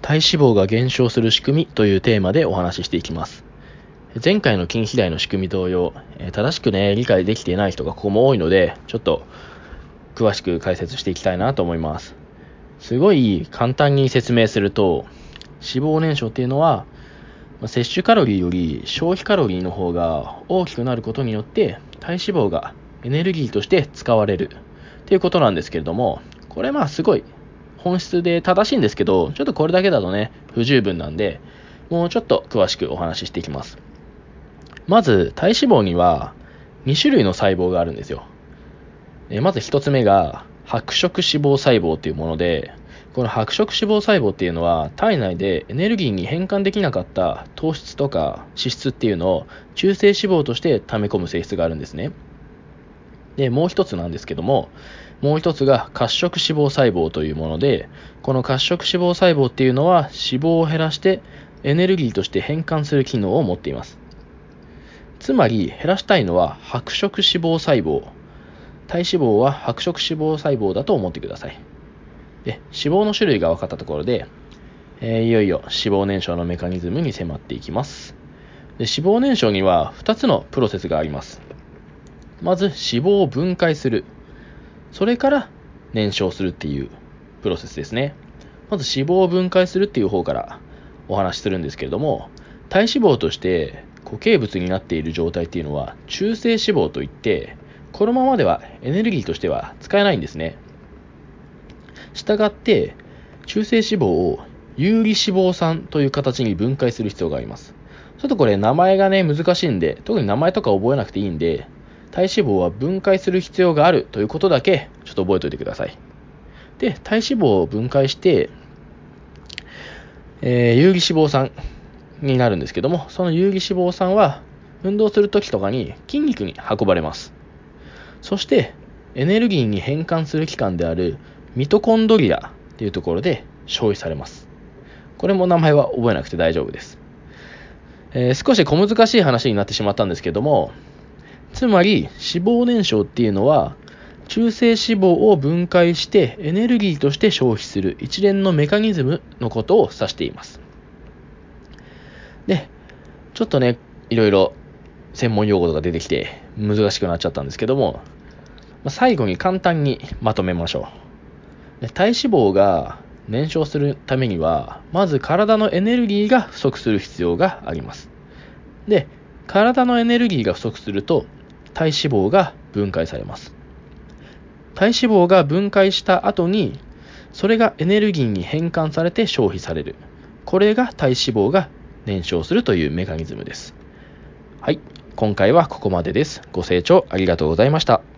体脂肪が減少する仕組みというテーマでお話ししていきます。前回の筋肥大の仕組み同様、正しく理解できていない人がここも多いので、ちょっと詳しく解説していきたいなと思います。すごい簡単に説明すると、脂肪燃焼っていうのは、摂取カロリーより消費カロリーの方が大きくなることによって体脂肪がエネルギーとして使われるということなんですけれども、これすごい本質で正しいんですけど、ちょっとこれだけだと不十分なんで、もうちょっと詳しくお話ししていきます。まず体脂肪には2種類の細胞があるんですよ。まず1つ目が白色脂肪細胞というもので、この白色脂肪細胞っていうのは体内でエネルギーに変換できなかった糖質とか脂質っていうのを中性脂肪として溜め込む性質があるんですね。で、もう一つなんですけども、もう一つが褐色脂肪細胞というもので、この褐色脂肪細胞っていうのは脂肪を減らしてエネルギーとして変換する機能を持っています。つまり減らしたいのは白色脂肪細胞、体脂肪は白色脂肪細胞だと思ってください。で、脂肪の種類が分かったところで、いよいよ脂肪燃焼のメカニズムに迫っていきます。で、脂肪燃焼には2つのプロセスがあります。まず脂肪を分解する、それから燃焼するっていうプロセスですね。まず脂肪を分解するっていう方からお話しするんですけれども、体脂肪として固形物になっている状態っていうのは中性脂肪といって、このままではエネルギーとしては使えないんですね。したがって中性脂肪を有利脂肪酸という形に分解する必要があります。ちょっとこれ名前が難しいんで、特に名前とか覚えなくていいんで、体脂肪は分解する必要があるということだけちょっと覚えておいてください。で、体脂肪を分解して、有利脂肪酸になるんですけども、その有利脂肪酸は運動するときとかに筋肉に運ばれます。そしてエネルギーに変換する器官であるミトコンドリアというところで消費されます。これも名前は覚えなくて大丈夫です。少し小難しい話になってしまったんですけども、つまり脂肪燃焼っていうのは中性脂肪を分解してエネルギーとして消費する一連のメカニズムのことを指しています。で、ちょっといろいろ専門用語とか出てきて難しくなっちゃったんですけども、最後に簡単にまとめましょう。体脂肪が燃焼するためには、まず体のエネルギーが不足する必要があります。で、体のエネルギーが不足すると、体脂肪が分解されます。体脂肪が分解した後に、それがエネルギーに変換されて消費される。これが体脂肪が燃焼するというメカニズムです。はい、今回はここまでです。ご清聴ありがとうございました。